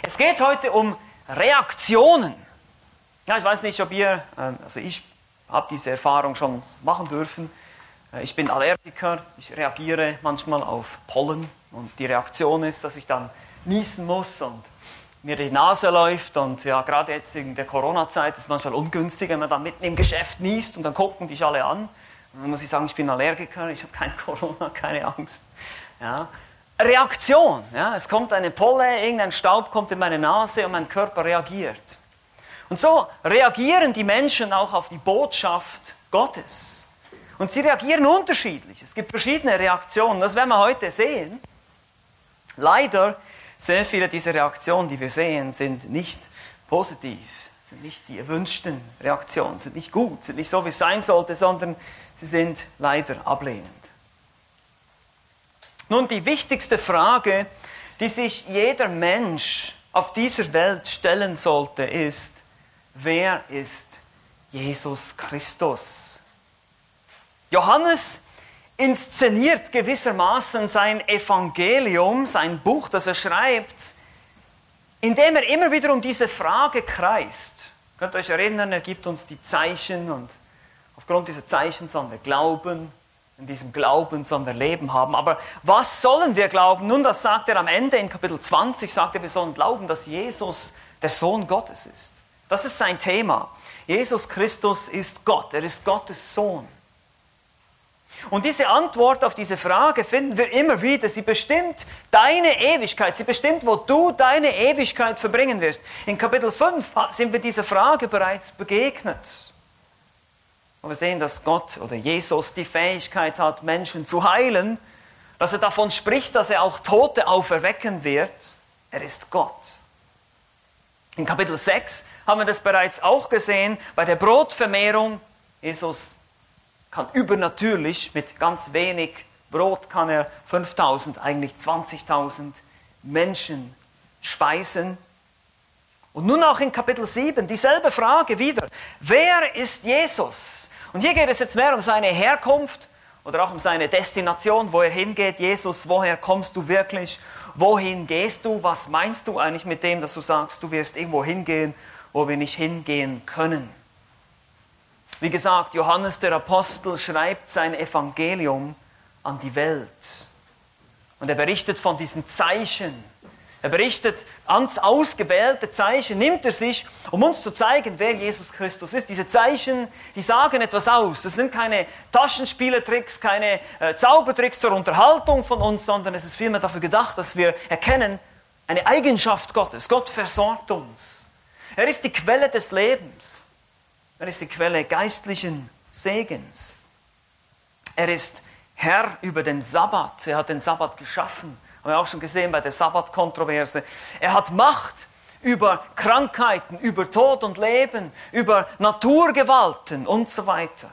Es geht heute um Reaktionen. Ja, ich weiß nicht, ob ihr, ich habe diese Erfahrung schon machen dürfen. Ich bin Allergiker, ich reagiere manchmal auf Pollen und die Reaktion ist, dass ich dann niesen muss und mir die Nase läuft und ja, gerade jetzt in der Corona-Zeit ist es manchmal ungünstig, wenn man dann mitten im Geschäft niest und dann gucken dich alle an. Und dann muss ich sagen, ich bin Allergiker, ich habe kein Corona, keine Angst. Ja. Reaktion, ja, es kommt eine Polle, irgendein Staub kommt in meine Nase und mein Körper reagiert. Und so reagieren die Menschen auch auf die Botschaft Gottes. Und sie reagieren unterschiedlich. Es gibt verschiedene Reaktionen, das werden wir heute sehen. Leider, sehr viele dieser Reaktionen, die wir sehen, sind nicht positiv, sind nicht die erwünschten Reaktionen, sind nicht gut, sind nicht so, wie es sein sollte, sondern sie sind leider ablehnend. Nun, die wichtigste Frage, die sich jeder Mensch auf dieser Welt stellen sollte, ist: Wer ist Jesus Christus? Johannes inszeniert gewissermaßen sein Evangelium, sein Buch, das er schreibt, indem er immer wieder um diese Frage kreist. Ihr könnt euch erinnern, er gibt uns die Zeichen und aufgrund dieser Zeichen sollen wir glauben. In diesem Glauben sollen wir Leben haben. Aber was sollen wir glauben? Nun, das sagt er am Ende in Kapitel 20, sagt er, wir sollen glauben, dass Jesus der Sohn Gottes ist. Das ist sein Thema. Jesus Christus ist Gott, er ist Gottes Sohn. Und diese Antwort auf diese Frage finden wir immer wieder. Sie bestimmt deine Ewigkeit, sie bestimmt, wo du deine Ewigkeit verbringen wirst. In Kapitel 5 sind wir dieser Frage bereits begegnet. Und wir sehen, dass Gott oder Jesus die Fähigkeit hat, Menschen zu heilen, dass er davon spricht, dass er auch Tote auferwecken wird. Er ist Gott. In Kapitel 6 haben wir das bereits auch gesehen, bei der Brotvermehrung. Jesus kann übernatürlich, mit ganz wenig Brot kann er 5.000, eigentlich 20.000 Menschen speisen. Und nun auch in Kapitel 7, dieselbe Frage wieder. Wer ist Jesus? Und hier geht es jetzt mehr um seine Herkunft oder auch um seine Destination, wo er hingeht. Jesus, woher kommst du wirklich? Wohin gehst du? Was meinst du eigentlich mit dem, dass du sagst, du wirst irgendwo hingehen, wo wir nicht hingehen können? Wie gesagt, Johannes der Apostel schreibt sein Evangelium an die Welt. Und er berichtet von diesen Zeichen. Er berichtet ans ausgewählte Zeichen, nimmt er sich, um uns zu zeigen, wer Jesus Christus ist. Diese Zeichen, die sagen etwas aus. Das sind keine Taschenspielertricks, keine Zaubertricks zur Unterhaltung von uns, sondern es ist vielmehr dafür gedacht, dass wir erkennen, eine Eigenschaft Gottes. Gott versorgt uns. Er ist die Quelle des Lebens. Er ist die Quelle geistlichen Segens. Er ist Herr über den Sabbat. Er hat den Sabbat geschaffen. Haben wir auch schon gesehen bei der Sabbat-Kontroverse. Er hat Macht über Krankheiten, über Tod und Leben, über Naturgewalten und so weiter.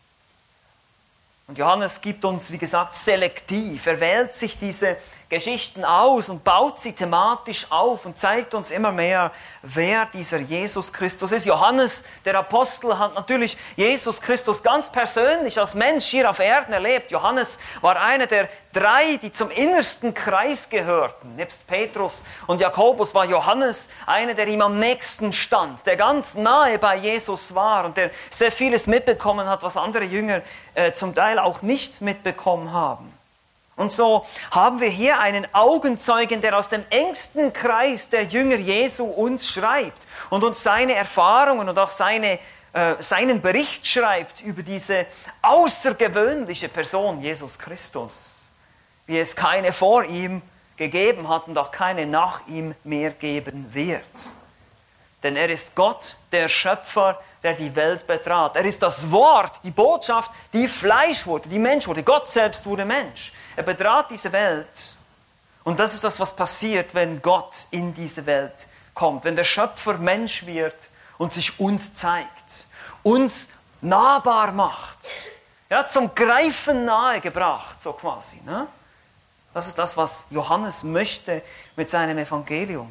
Und Johannes gibt uns, wie gesagt, selektiv. Er wählt sich diese Geschichten aus und baut sie thematisch auf und zeigt uns immer mehr, wer dieser Jesus Christus ist. Johannes, der Apostel, hat natürlich Jesus Christus ganz persönlich als Mensch hier auf Erden erlebt. Johannes war einer der 3, die zum innersten Kreis gehörten. Nebst Petrus und Jakobus war Johannes einer, der ihm am nächsten stand, der ganz nahe bei Jesus war und der sehr vieles mitbekommen hat, was andere Jünger zum Teil auch nicht mitbekommen haben. Und so haben wir hier einen Augenzeugen, der aus dem engsten Kreis der Jünger Jesu uns schreibt und uns seine Erfahrungen und auch seinen Bericht schreibt über diese außergewöhnliche Person, Jesus Christus, wie es keine vor ihm gegeben hat und auch keine nach ihm mehr geben wird. Denn er ist Gott, der Schöpfer, der die Welt betrat. Er ist das Wort, die Botschaft, die Fleisch wurde, die Mensch wurde. Gott selbst wurde Mensch. Er betrat diese Welt. Und das ist das, was passiert, wenn Gott in diese Welt kommt. Wenn der Schöpfer Mensch wird und sich uns zeigt. Uns nahbar macht. Ja, zum Greifen nahe gebracht, so quasi. Ne? Das ist das, was Johannes möchte mit seinem Evangelium.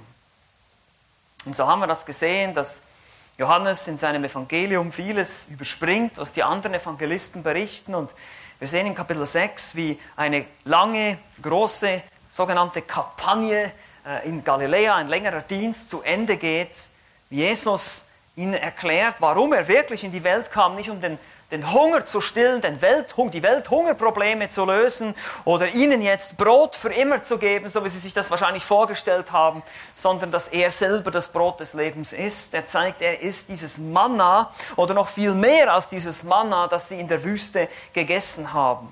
Und so haben wir das gesehen, dass Johannes in seinem Evangelium vieles überspringt, was die anderen Evangelisten berichten. Und wir sehen in Kapitel 6, wie eine lange, große, sogenannte Kampagne in Galiläa ein längerer Dienst zu Ende geht, wie Jesus ihnen erklärt, warum er wirklich in die Welt kam, nicht um den Hunger zu stillen, die Welthungerprobleme zu lösen oder ihnen jetzt Brot für immer zu geben, so wie sie sich das wahrscheinlich vorgestellt haben, sondern dass er selber das Brot des Lebens ist. Er zeigt, er ist dieses Manna oder noch viel mehr als dieses Manna, das sie in der Wüste gegessen haben.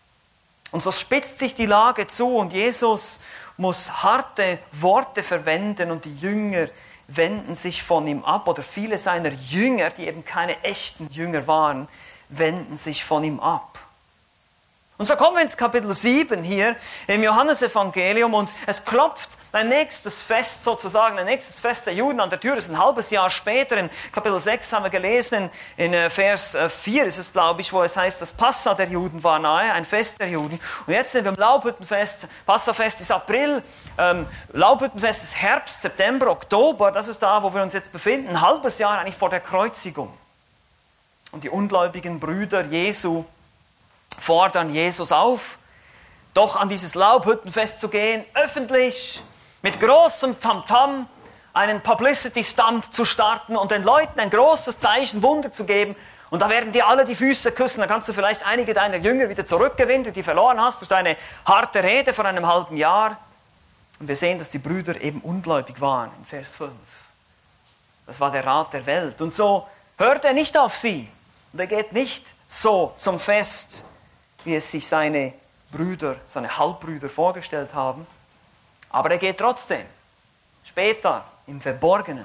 Und so spitzt sich die Lage zu und Jesus muss harte Worte verwenden und die Jünger wenden sich von ihm ab oder viele seiner Jünger, die eben keine echten Jünger waren, wenden sich von ihm ab. Und so kommen wir ins Kapitel 7 hier im Johannesevangelium und es klopft ein nächstes Fest sozusagen, ein nächstes Fest der Juden an der Tür. Das ist ein halbes Jahr später, in Kapitel 6 haben wir gelesen, in Vers 4 ist es, glaube ich, wo es heißt, das Passa der Juden war nahe, ein Fest der Juden. Und jetzt sind wir im Laubhüttenfest, Passafest ist April, Laubhüttenfest ist Herbst, September, Oktober, das ist da, wo wir uns jetzt befinden, ein halbes Jahr eigentlich vor der Kreuzigung. Und die ungläubigen Brüder Jesu fordern Jesus auf, doch an dieses Laubhüttenfest zu gehen, öffentlich, mit großem Tamtam, einen Publicity-Stunt zu starten und den Leuten ein großes Zeichen, Wunder zu geben. Und da werden dir alle die Füße küssen. Dann kannst du vielleicht einige deiner Jünger wieder zurückgewinnen, die du verloren hast, durch deine harte Rede vor einem halben Jahr. Und wir sehen, dass die Brüder eben ungläubig waren, in Vers 5. Das war der Rat der Welt. Und so hört er nicht auf sie. Und er geht nicht so zum Fest, wie es sich seine Brüder, seine Halbbrüder vorgestellt haben. Aber er geht trotzdem, später, im Verborgenen.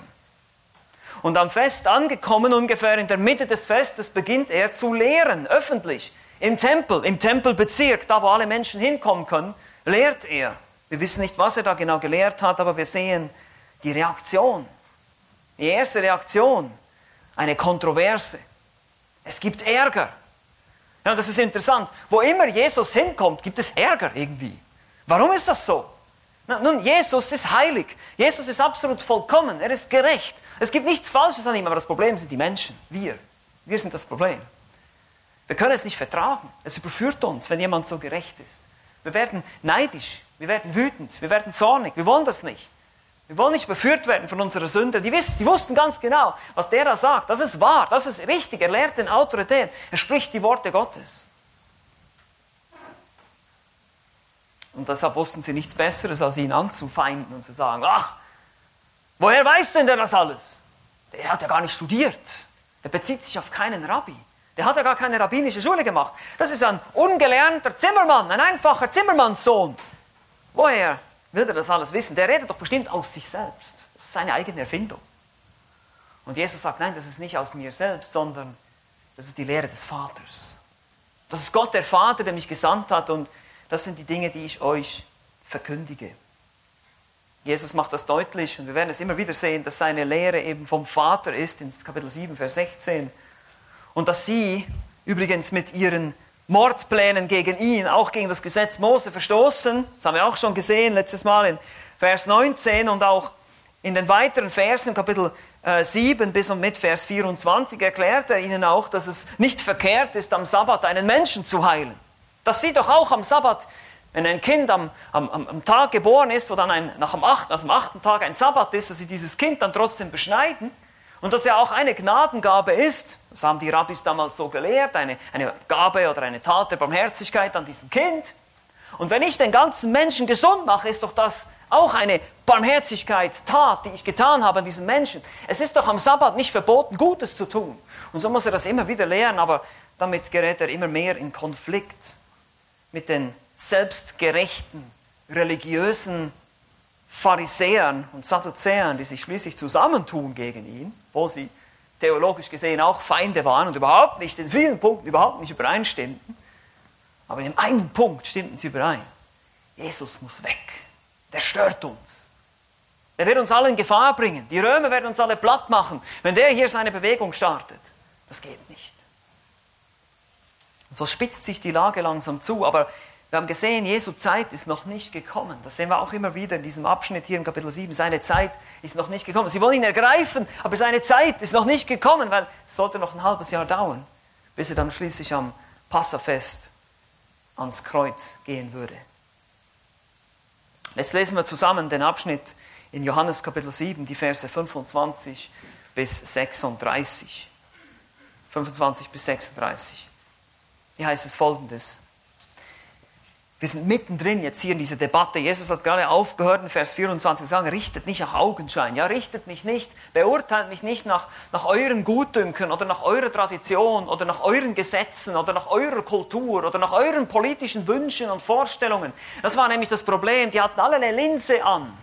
Und am Fest angekommen, ungefähr in der Mitte des Festes, beginnt er zu lehren, öffentlich, im Tempelbezirk, da wo alle Menschen hinkommen können, lehrt er. Wir wissen nicht, was er da genau gelehrt hat, aber wir sehen die Reaktion. Die erste Reaktion, eine Kontroverse. Es gibt Ärger. Ja, das ist interessant. Wo immer Jesus hinkommt, gibt es Ärger irgendwie. Warum ist das so? Nun, Jesus ist heilig. Jesus ist absolut vollkommen. Er ist gerecht. Es gibt nichts Falsches an ihm, aber das Problem sind die Menschen. Wir sind das Problem. Wir können es nicht vertragen. Es überführt uns, wenn jemand so gerecht ist. Wir werden neidisch, wir werden wütend, wir werden zornig. Wir wollen das nicht. Wir wollen nicht überführt werden von unserer Sünde. Die wussten ganz genau, was der da sagt. Das ist wahr, das ist richtig. Er lehrt in Autorität. Er spricht die Worte Gottes. Und deshalb wussten sie nichts Besseres, als ihn anzufeinden und zu sagen, ach, woher weiß denn der das alles? Der hat ja gar nicht studiert. Der bezieht sich auf keinen Rabbi. Der hat ja gar keine rabbinische Schule gemacht. Das ist ein ungelernter Zimmermann, ein einfacher Zimmermannssohn. Woher will er das alles wissen? Der redet doch bestimmt aus sich selbst. Das ist seine eigene Erfindung. Und Jesus sagt, nein, das ist nicht aus mir selbst, sondern das ist die Lehre des Vaters. Das ist Gott, der Vater, der mich gesandt hat, und das sind die Dinge, die ich euch verkündige. Jesus macht das deutlich und wir werden es immer wieder sehen, dass seine Lehre eben vom Vater ist, in Kapitel 7, Vers 16. Und dass sie übrigens mit ihren Mordplänen gegen ihn, auch gegen das Gesetz Mose verstoßen, das haben wir auch schon gesehen letztes Mal in Vers 19 und auch in den weiteren Versen, Kapitel 7 bis und mit Vers 24, erklärt er ihnen auch, dass es nicht verkehrt ist, am Sabbat einen Menschen zu heilen. Dass sie doch auch am Sabbat, wenn ein Kind am Tag geboren ist, wo dann am 8. Tag ein Sabbat ist, dass sie dieses Kind dann trotzdem beschneiden und dass ja auch eine Gnadengabe ist, das haben die Rabbis damals so gelehrt, eine Gabe oder eine Tat der Barmherzigkeit an diesem Kind. Und wenn ich den ganzen Menschen gesund mache, ist doch das auch eine Barmherzigkeitstat, die ich getan habe an diesem Menschen. Es ist doch am Sabbat nicht verboten, Gutes zu tun. Und so muss er das immer wieder lehren, aber damit gerät er immer mehr in Konflikt mit den selbstgerechten, religiösen Pharisäern und Sadduzäern, die sich schließlich zusammentun gegen ihn, wo sie theologisch gesehen auch Feinde waren und überhaupt nicht, in vielen Punkten überhaupt nicht übereinstimmten. Aber in einem Punkt stimmten sie überein. Jesus muss weg. Der stört uns. Er wird uns alle in Gefahr bringen. Die Römer werden uns alle platt machen, wenn der hier seine Bewegung startet. Das geht nicht. Und so spitzt sich die Lage langsam zu, aber wir haben gesehen, Jesu Zeit ist noch nicht gekommen. Das sehen wir auch immer wieder in diesem Abschnitt hier im Kapitel 7. Seine Zeit ist noch nicht gekommen. Sie wollen ihn ergreifen, aber seine Zeit ist noch nicht gekommen, weil es sollte noch ein halbes Jahr dauern, bis er dann schließlich am Passafest ans Kreuz gehen würde. Jetzt lesen wir zusammen den Abschnitt in Johannes Kapitel 7, die Verse 25 bis 36. 25 bis 36. Hier heißt es Folgendes. Wir sind mittendrin jetzt hier in dieser Debatte. Jesus hat gerade aufgehört in Vers 24 zu sagen, richtet nicht nach Augenschein. Ja, richtet mich nicht, beurteilt mich nicht nach euren Gutdünken oder nach eurer Tradition oder nach euren Gesetzen oder nach eurer Kultur oder nach euren politischen Wünschen und Vorstellungen. Das war nämlich das Problem. Die hatten alle eine Linse an.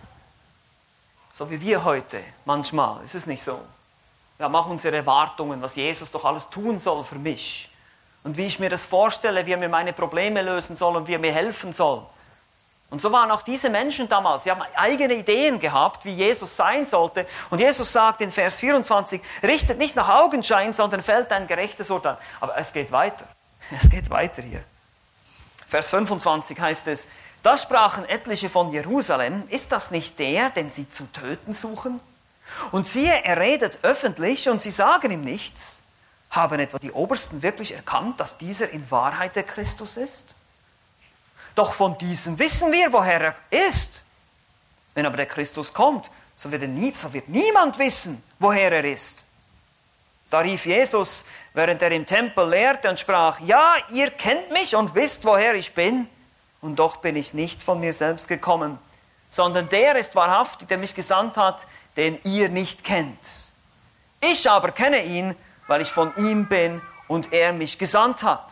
So wie wir heute manchmal. Ist es nicht so? Wir haben auch unsere Erwartungen, was Jesus doch alles tun soll für mich. Und wie ich mir das vorstelle, wie er mir meine Probleme lösen soll und wie er mir helfen soll. Und so waren auch diese Menschen damals. Sie haben eigene Ideen gehabt, wie Jesus sein sollte. Und Jesus sagt in Vers 24, richtet nicht nach Augenschein, sondern fällt ein gerechtes Urteil. Aber es geht weiter. Es geht weiter hier. Vers 25 heißt es, da sprachen etliche von Jerusalem, ist das nicht der, den sie zu töten suchen? Und siehe, er redet öffentlich und sie sagen ihm nichts. Haben etwa die Obersten wirklich erkannt, dass dieser in Wahrheit der Christus ist? Doch von diesem wissen wir, woher er ist. Wenn aber der Christus kommt, so wird niemand wissen, woher er ist. Da rief Jesus, während er im Tempel lehrte und sprach, ja, ihr kennt mich und wisst, woher ich bin. Und doch bin ich nicht von mir selbst gekommen, sondern der ist wahrhaftig, der mich gesandt hat, den ihr nicht kennt. Ich aber kenne ihn, weil ich von ihm bin und er mich gesandt hat.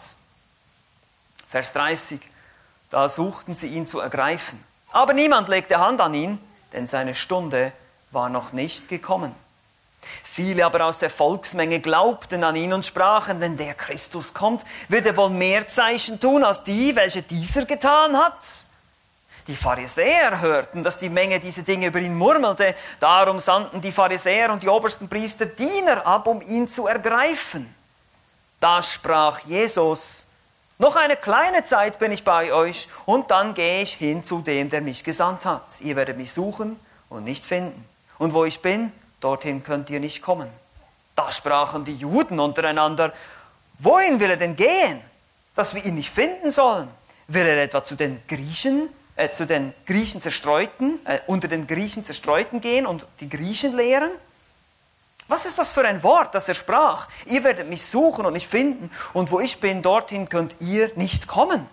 Vers 30, da suchten sie ihn zu ergreifen. Aber niemand legte Hand an ihn, denn seine Stunde war noch nicht gekommen. Viele aber aus der Volksmenge glaubten an ihn und sprachen, wenn der Christus kommt, wird er wohl mehr Zeichen tun als die, welche dieser getan hat. Die Pharisäer hörten, dass die Menge diese Dinge über ihn murmelte. Darum sandten die Pharisäer und die obersten Priester Diener ab, um ihn zu ergreifen. Da sprach Jesus, noch eine kleine Zeit bin ich bei euch und dann gehe ich hin zu dem, der mich gesandt hat. Ihr werdet mich suchen und nicht finden. Und wo ich bin, dorthin könnt ihr nicht kommen. Da sprachen die Juden untereinander, wohin will er denn gehen, dass wir ihn nicht finden sollen? Will er etwa zu den Griechen Zerstreuten, unter den Griechen Zerstreuten gehen und die Griechen lehren? Was ist das für ein Wort, das er sprach? Ihr werdet mich suchen und nicht finden, und wo ich bin, dorthin könnt ihr nicht kommen.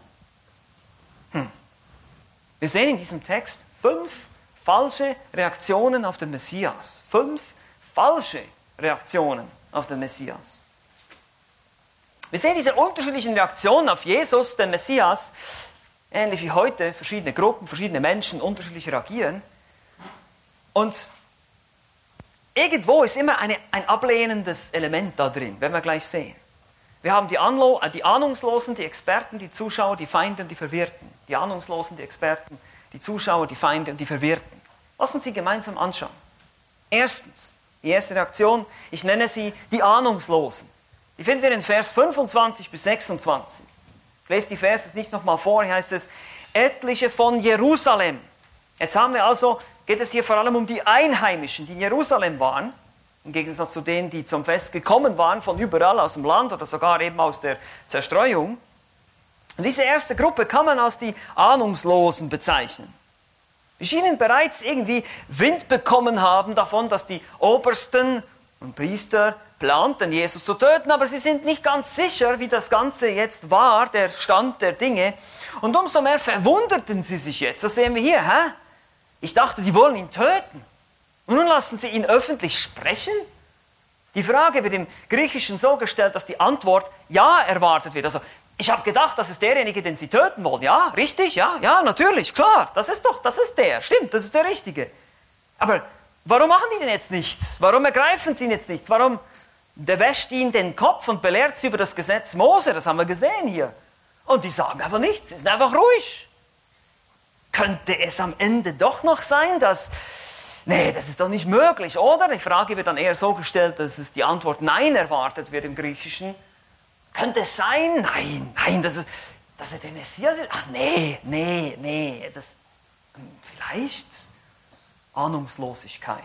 Wir sehen in diesem Text 5 falsche Reaktionen auf den Messias. 5 falsche Reaktionen auf den Messias. Wir sehen diese unterschiedlichen Reaktionen auf Jesus, den Messias, ähnlich wie heute verschiedene Gruppen, verschiedene Menschen unterschiedlich reagieren. Und irgendwo ist immer ein ablehnendes Element da drin, werden wir gleich sehen. Wir haben die Ahnungslosen, die Experten, die Zuschauer, die Feinde und die Verwirrten. Die Ahnungslosen, die Experten, die Zuschauer, die Feinde und die Verwirrten. Lass uns sie gemeinsam anschauen. Erstens, die erste Reaktion, ich nenne sie die Ahnungslosen. Die finden wir in Vers 25 bis 26. Ich lese die Verse nicht nochmal vor, hier heißt es, etliche von Jerusalem. Jetzt geht es hier vor allem um die Einheimischen, die in Jerusalem waren, im Gegensatz zu denen, die zum Fest gekommen waren, von überall aus dem Land oder sogar eben aus der Zerstreuung. Und diese erste Gruppe kann man als die Ahnungslosen bezeichnen. Die schienen bereits irgendwie Wind bekommen haben davon, dass die Obersten und Priester planten, Jesus zu töten, aber sie sind nicht ganz sicher, wie das Ganze jetzt war, der Stand der Dinge. Und umso mehr verwunderten sie sich jetzt. Das sehen wir hier. Ich dachte, die wollen ihn töten. Und nun lassen sie ihn öffentlich sprechen? Die Frage wird im Griechischen so gestellt, dass die Antwort ja erwartet wird. Also, ich habe gedacht, das ist derjenige, den sie töten wollen. Ja, richtig, ja, natürlich, klar. Das ist der, stimmt, das ist der Richtige. Aber warum machen die denn jetzt nichts? Warum ergreifen sie ihn jetzt nichts? Warum? Der wäscht ihnen den Kopf und belehrt sie über das Gesetz Mose, das haben wir gesehen hier. Und die sagen einfach nichts, sie sind einfach ruhig. Könnte es am Ende doch noch sein, dass... Nee, das ist doch nicht möglich, oder? Die Frage wird dann eher so gestellt, dass es die Antwort Nein erwartet wird im Griechischen. Könnte es sein? Nein, dass er der Messias ist? Ach nee, vielleicht Ahnungslosigkeit.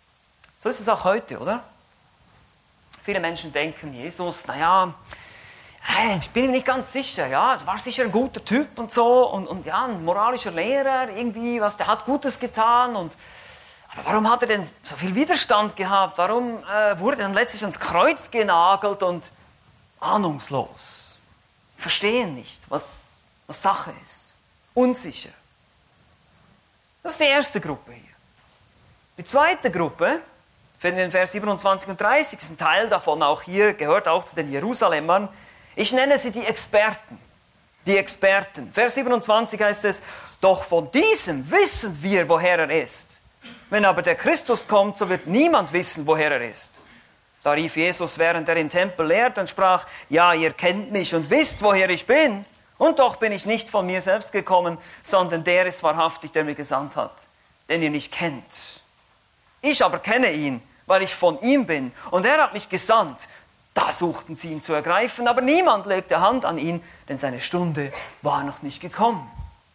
So ist es auch heute, oder? Viele Menschen denken, Jesus, Ich bin mir nicht ganz sicher, ja, war sicher ein guter Typ und so und ja, ein moralischer Lehrer, irgendwie, der hat Gutes getan aber warum hat er denn so viel Widerstand gehabt? Warum wurde er dann letztlich ans Kreuz genagelt und ahnungslos? Verstehen nicht, was Sache ist. Unsicher. Das ist die erste Gruppe hier. Die zweite Gruppe, finden wir in Vers 27 und 30, ist ein Teil davon auch hier, gehört auch zu den Jerusalemern. Ich nenne sie die Experten. Die Experten. Vers 27 heißt es, doch von diesem wissen wir, woher er ist. Wenn aber der Christus kommt, so wird niemand wissen, woher er ist. Da rief Jesus, während er im Tempel lehrt, und sprach, ja, ihr kennt mich und wisst, woher ich bin. Und doch bin ich nicht von mir selbst gekommen, sondern der ist wahrhaftig, der mich gesandt hat, den ihr nicht kennt. Ich aber kenne ihn, weil ich von ihm bin. Und er hat mich gesandt. Da suchten sie ihn zu ergreifen, aber niemand legte Hand an ihn, denn seine Stunde war noch nicht gekommen.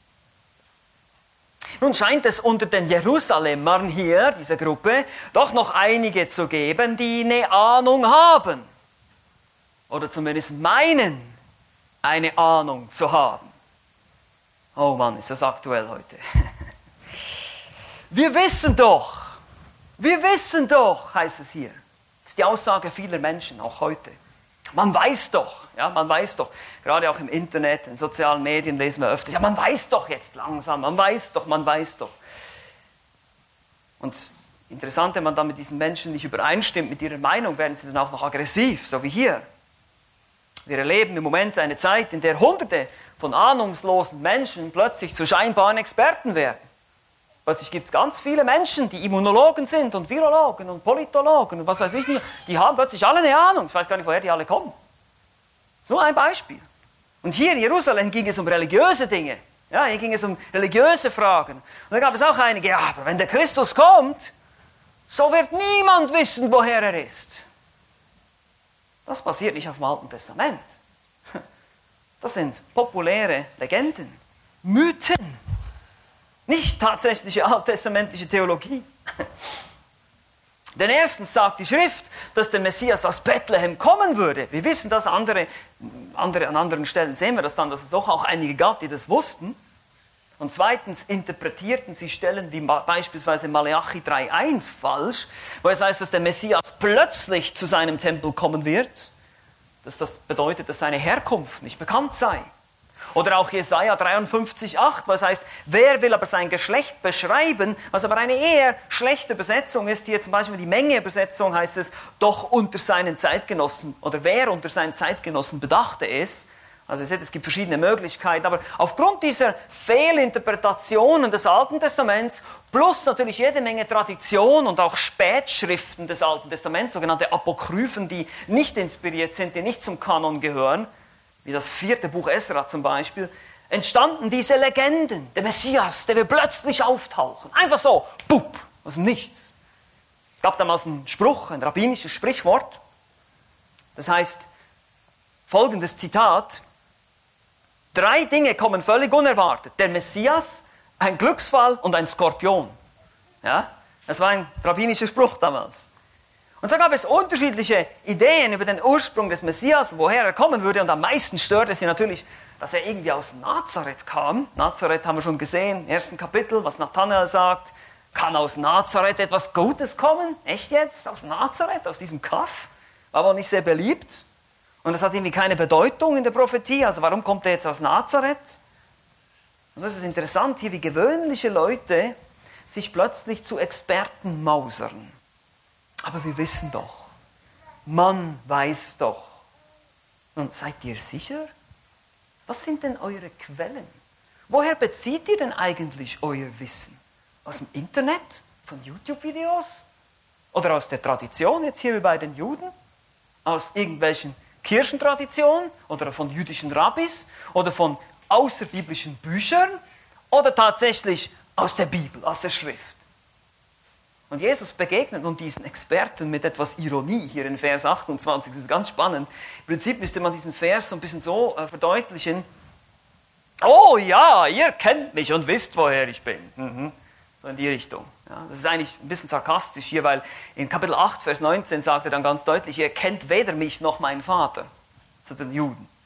Nun scheint es unter den Jerusalemern hier, dieser Gruppe, doch noch einige zu geben, die eine Ahnung haben. Oder zumindest meinen, eine Ahnung zu haben. Oh Mann, ist das aktuell heute. Wir wissen doch, heißt es hier. Das ist die Aussage vieler Menschen, auch heute. Man weiß doch, ja, man weiß doch. Gerade auch im Internet, in sozialen Medien lesen wir öfter, ja, man weiß doch jetzt langsam, man weiß doch. Und interessant, wenn man dann mit diesen Menschen nicht übereinstimmt, mit ihrer Meinung, werden sie dann auch noch aggressiv, so wie hier. Wir erleben im Moment eine Zeit, in der Hunderte von ahnungslosen Menschen plötzlich zu scheinbaren Experten werden. Plötzlich gibt es ganz viele Menschen, die Immunologen sind und Virologen und Politologen und was weiß ich nicht. Die haben plötzlich alle eine Ahnung. Ich weiß gar nicht, woher die alle kommen. Das ist nur ein Beispiel. Und hier in Jerusalem ging es um religiöse Dinge. Ja, hier ging es um religiöse Fragen. Und da gab es auch einige, ja, aber wenn der Christus kommt, so wird niemand wissen, woher er ist. Das basiert nicht auf dem Alten Testament. Das sind populäre Legenden, Mythen. Nicht tatsächliche alttestamentliche Theologie. Denn erstens sagt die Schrift, dass der Messias aus Bethlehem kommen würde. Wir wissen das, an anderen Stellen sehen wir das dann, dass es doch auch einige gab, die das wussten. Und zweitens interpretierten sie Stellen wie beispielsweise Malachi 3,1 falsch, wo es heißt, dass der Messias plötzlich zu seinem Tempel kommen wird. Das bedeutet, dass seine Herkunft nicht bekannt sei. Oder auch Jesaja 53,8, was heißt, wer will aber sein Geschlecht beschreiben, was aber eine eher schlechte Übersetzung ist. Hier zum Beispiel die Menge-Übersetzung heißt es, doch unter seinen Zeitgenossen, oder wer unter seinen Zeitgenossen bedachte es. Also ihr seht, es gibt verschiedene Möglichkeiten, aber aufgrund dieser Fehlinterpretationen des Alten Testaments, plus natürlich jede Menge Tradition und auch Spätschriften des Alten Testaments, sogenannte Apokryphen, die nicht inspiriert sind, die nicht zum Kanon gehören, wie das 4. Buch Esra zum Beispiel, entstanden diese Legenden. Der Messias, der wird plötzlich auftauchen. Einfach so, bupp, aus dem Nichts. Es gab damals einen Spruch, ein rabbinisches Sprichwort. Das heißt, folgendes Zitat: 3 Dinge kommen völlig unerwartet. Der Messias, ein Glücksfall und ein Skorpion. Ja? Das war ein rabbinischer Spruch damals. Und so gab es unterschiedliche Ideen über den Ursprung des Messias, woher er kommen würde. Und am meisten störte sie natürlich, dass er irgendwie aus Nazareth kam. Nazareth haben wir schon gesehen, im 1. Kapitel, was Nathanael sagt. Kann aus Nazareth etwas Gutes kommen? Echt jetzt? Aus Nazareth, aus diesem Kaff? War wohl nicht sehr beliebt. Und das hat irgendwie keine Bedeutung in der Prophetie. Also warum kommt er jetzt aus Nazareth? Und so ist es interessant hier, wie gewöhnliche Leute sich plötzlich zu Experten mausern. Aber wir wissen doch, man weiß doch. Und seid ihr sicher? Was sind denn eure Quellen? Woher bezieht ihr denn eigentlich euer Wissen? Aus dem Internet? Von YouTube-Videos? Oder aus der Tradition, jetzt hier wie bei den Juden? Aus irgendwelchen Kirchentraditionen? Oder von jüdischen Rabbis? Oder von außerbiblischen Büchern? Oder tatsächlich aus der Bibel, aus der Schrift? Und Jesus begegnet nun diesen Experten mit etwas Ironie hier in Vers 28. Das ist ganz spannend. Im Prinzip müsste man diesen Vers so ein bisschen so verdeutlichen. Oh ja, ihr kennt mich und wisst, woher ich bin. So in die Richtung. Ja, das ist eigentlich ein bisschen sarkastisch hier, weil in Kapitel 8, Vers 19 sagt er dann ganz deutlich, ihr kennt weder mich noch meinen Vater. Zu den Juden.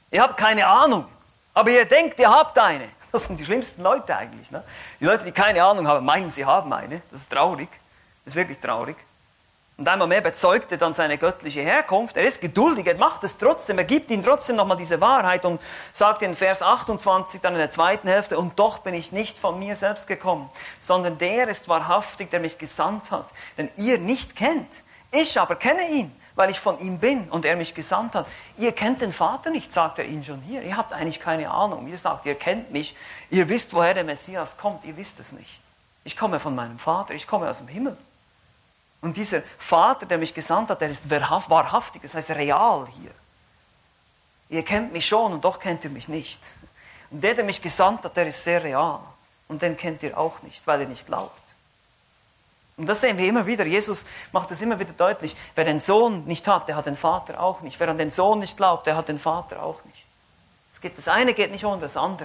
Ihr habt keine Ahnung, aber ihr denkt, ihr habt eine. Das sind die schlimmsten Leute eigentlich. Ne? Die Leute, die keine Ahnung haben, meinen, sie haben eine. Das ist traurig. Das ist wirklich traurig. Und einmal mehr bezeugt er dann seine göttliche Herkunft. Er ist geduldig, er macht es trotzdem, er gibt ihnen trotzdem nochmal diese Wahrheit und sagt in Vers 28 dann in der zweiten Hälfte, und doch bin ich nicht von mir selbst gekommen, sondern der ist wahrhaftig, der mich gesandt hat, den ihr nicht kennt. Ich aber kenne ihn, weil ich von ihm bin und er mich gesandt hat. Ihr kennt den Vater nicht, sagt er ihnen schon hier. Ihr habt eigentlich keine Ahnung. Ihr sagt, ihr kennt mich, ihr wisst, woher der Messias kommt, ihr wisst es nicht. Ich komme von meinem Vater, ich komme aus dem Himmel. Und dieser Vater, der mich gesandt hat, der ist wahrhaftig, das heißt real hier. Ihr kennt mich schon und doch kennt ihr mich nicht. Und der mich gesandt hat, der ist sehr real. Und den kennt ihr auch nicht, weil ihr nicht glaubt. Und das sehen wir immer wieder. Jesus macht das immer wieder deutlich. Wer den Sohn nicht hat, der hat den Vater auch nicht. Wer an den Sohn nicht glaubt, der hat den Vater auch nicht. Das eine geht nicht ohne das andere.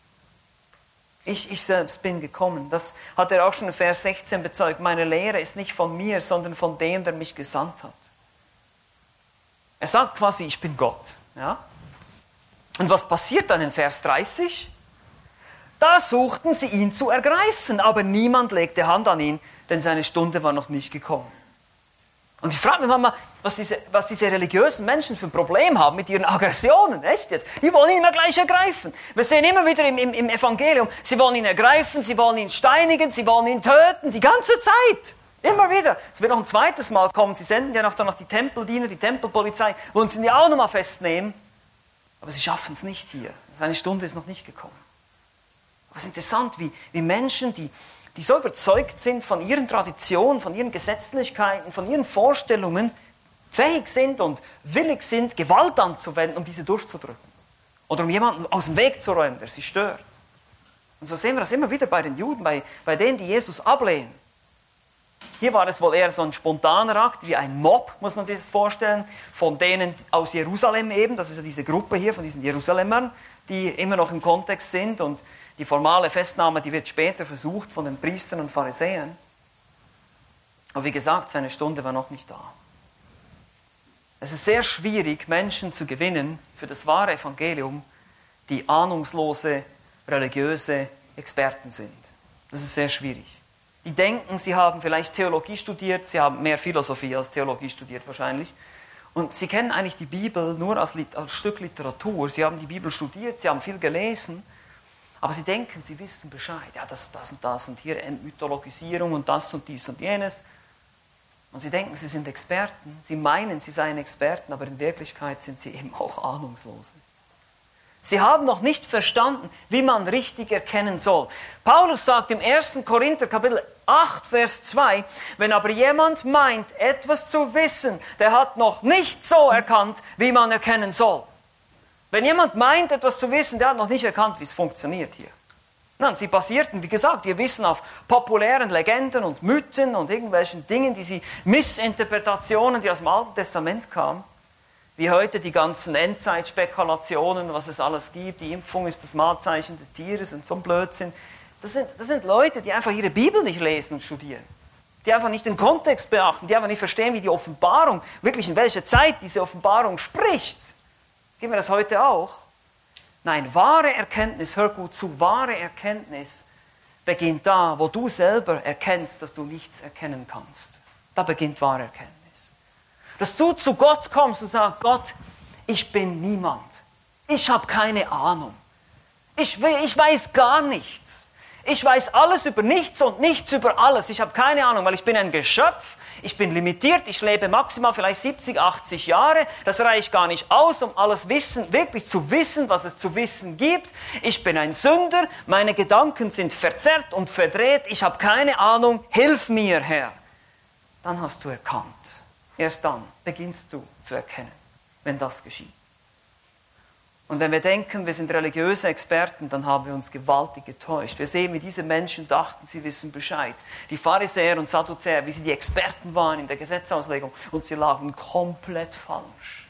Ich selbst bin gekommen. Das hat er auch schon in Vers 16 bezeugt. Meine Lehre ist nicht von mir, sondern von dem, der mich gesandt hat. Er sagt quasi, ich bin Gott. Ja? Und was passiert dann in Vers 30? Da suchten sie ihn zu ergreifen, aber niemand legte Hand an ihn, denn seine Stunde war noch nicht gekommen. Und ich frage mich manchmal, was diese religiösen Menschen für ein Problem haben mit ihren Aggressionen. Echt jetzt? Die wollen ihn immer gleich ergreifen. Wir sehen immer wieder im Evangelium, sie wollen ihn ergreifen, sie wollen ihn steinigen, sie wollen ihn töten, die ganze Zeit. Immer wieder. Es wird noch ein zweites Mal kommen. Sie senden ja noch die Tempeldiener, die Tempelpolizei, wollen sie ihn ja auch noch mal festnehmen. Aber sie schaffen es nicht hier. Seine Stunde ist noch nicht gekommen. Aber es ist interessant, wie Menschen, die so überzeugt sind von ihren Traditionen, von ihren Gesetzlichkeiten, von ihren Vorstellungen, fähig sind und willig sind, Gewalt anzuwenden, um diese durchzudrücken. Oder um jemanden aus dem Weg zu räumen, der sie stört. Und so sehen wir das immer wieder bei den Juden, bei denen, die Jesus ablehnen. Hier war es wohl eher so ein spontaner Akt, wie ein Mob, muss man sich das vorstellen, von denen aus Jerusalem eben, das ist ja diese Gruppe hier von diesen Jerusalemern, die immer noch im Kontext sind, und die formale Festnahme, die wird später versucht von den Priestern und Pharisäern. Aber wie gesagt, seine Stunde war noch nicht da. Es ist sehr schwierig, Menschen zu gewinnen für das wahre Evangelium, die ahnungslose, religiöse Experten sind. Das ist sehr schwierig. Die denken, sie haben vielleicht Theologie studiert, sie haben mehr Philosophie als Theologie studiert wahrscheinlich. Und sie kennen eigentlich die Bibel nur als Stück Literatur. Sie haben die Bibel studiert, sie haben viel gelesen. Aber sie denken, sie wissen Bescheid. Ja, das und das und hier Mythologisierung und das und dies und jenes. Und sie denken, sie sind Experten. Sie meinen, sie seien Experten, aber in Wirklichkeit sind sie eben auch Ahnungslose. Sie haben noch nicht verstanden, wie man richtig erkennen soll. Paulus sagt im 1. Korinther Kapitel 8, Vers 2, wenn aber jemand meint, etwas zu wissen, der hat noch nicht so erkannt, wie man erkennen soll. Wenn jemand meint, etwas zu wissen, der hat noch nicht erkannt, wie es funktioniert hier. Nein, sie basierten, wie gesagt, ihr Wissen auf populären Legenden und Mythen und irgendwelchen Dingen, Missinterpretationen, die aus dem Alten Testament kamen. Wie heute die ganzen Endzeitspekulationen, was es alles gibt. Die Impfung ist das Malzeichen des Tieres und so ein Blödsinn. Das sind Leute, die einfach ihre Bibel nicht lesen und studieren. Die einfach nicht den Kontext beachten, die einfach nicht verstehen, wie die Offenbarung, wirklich in welcher Zeit diese Offenbarung spricht. Geben wir das heute auch? Nein, wahre Erkenntnis, hör gut zu, wahre Erkenntnis beginnt da, wo du selber erkennst, dass du nichts erkennen kannst. Da beginnt wahre Erkenntnis. Dass du zu Gott kommst und sagst, Gott, ich bin niemand. Ich habe keine Ahnung. Ich weiß gar nichts. Ich weiß alles über nichts und nichts über alles. Ich habe keine Ahnung, weil ich bin ein Geschöpf. Ich bin limitiert, ich lebe maximal vielleicht 70, 80 Jahre. Das reicht gar nicht aus, um alles Wissen, wirklich zu wissen, was es zu wissen gibt. Ich bin ein Sünder, meine Gedanken sind verzerrt und verdreht. Ich habe keine Ahnung, hilf mir, Herr. Dann hast du erkannt. Erst dann beginnst du zu erkennen, wenn das geschieht. Und wenn wir denken, wir sind religiöse Experten, dann haben wir uns gewaltig getäuscht. Wir sehen, wie diese Menschen dachten, sie wissen Bescheid. Die Pharisäer und Sadduzäer, wie sie die Experten waren in der Gesetzauslegung, und sie lagen komplett falsch.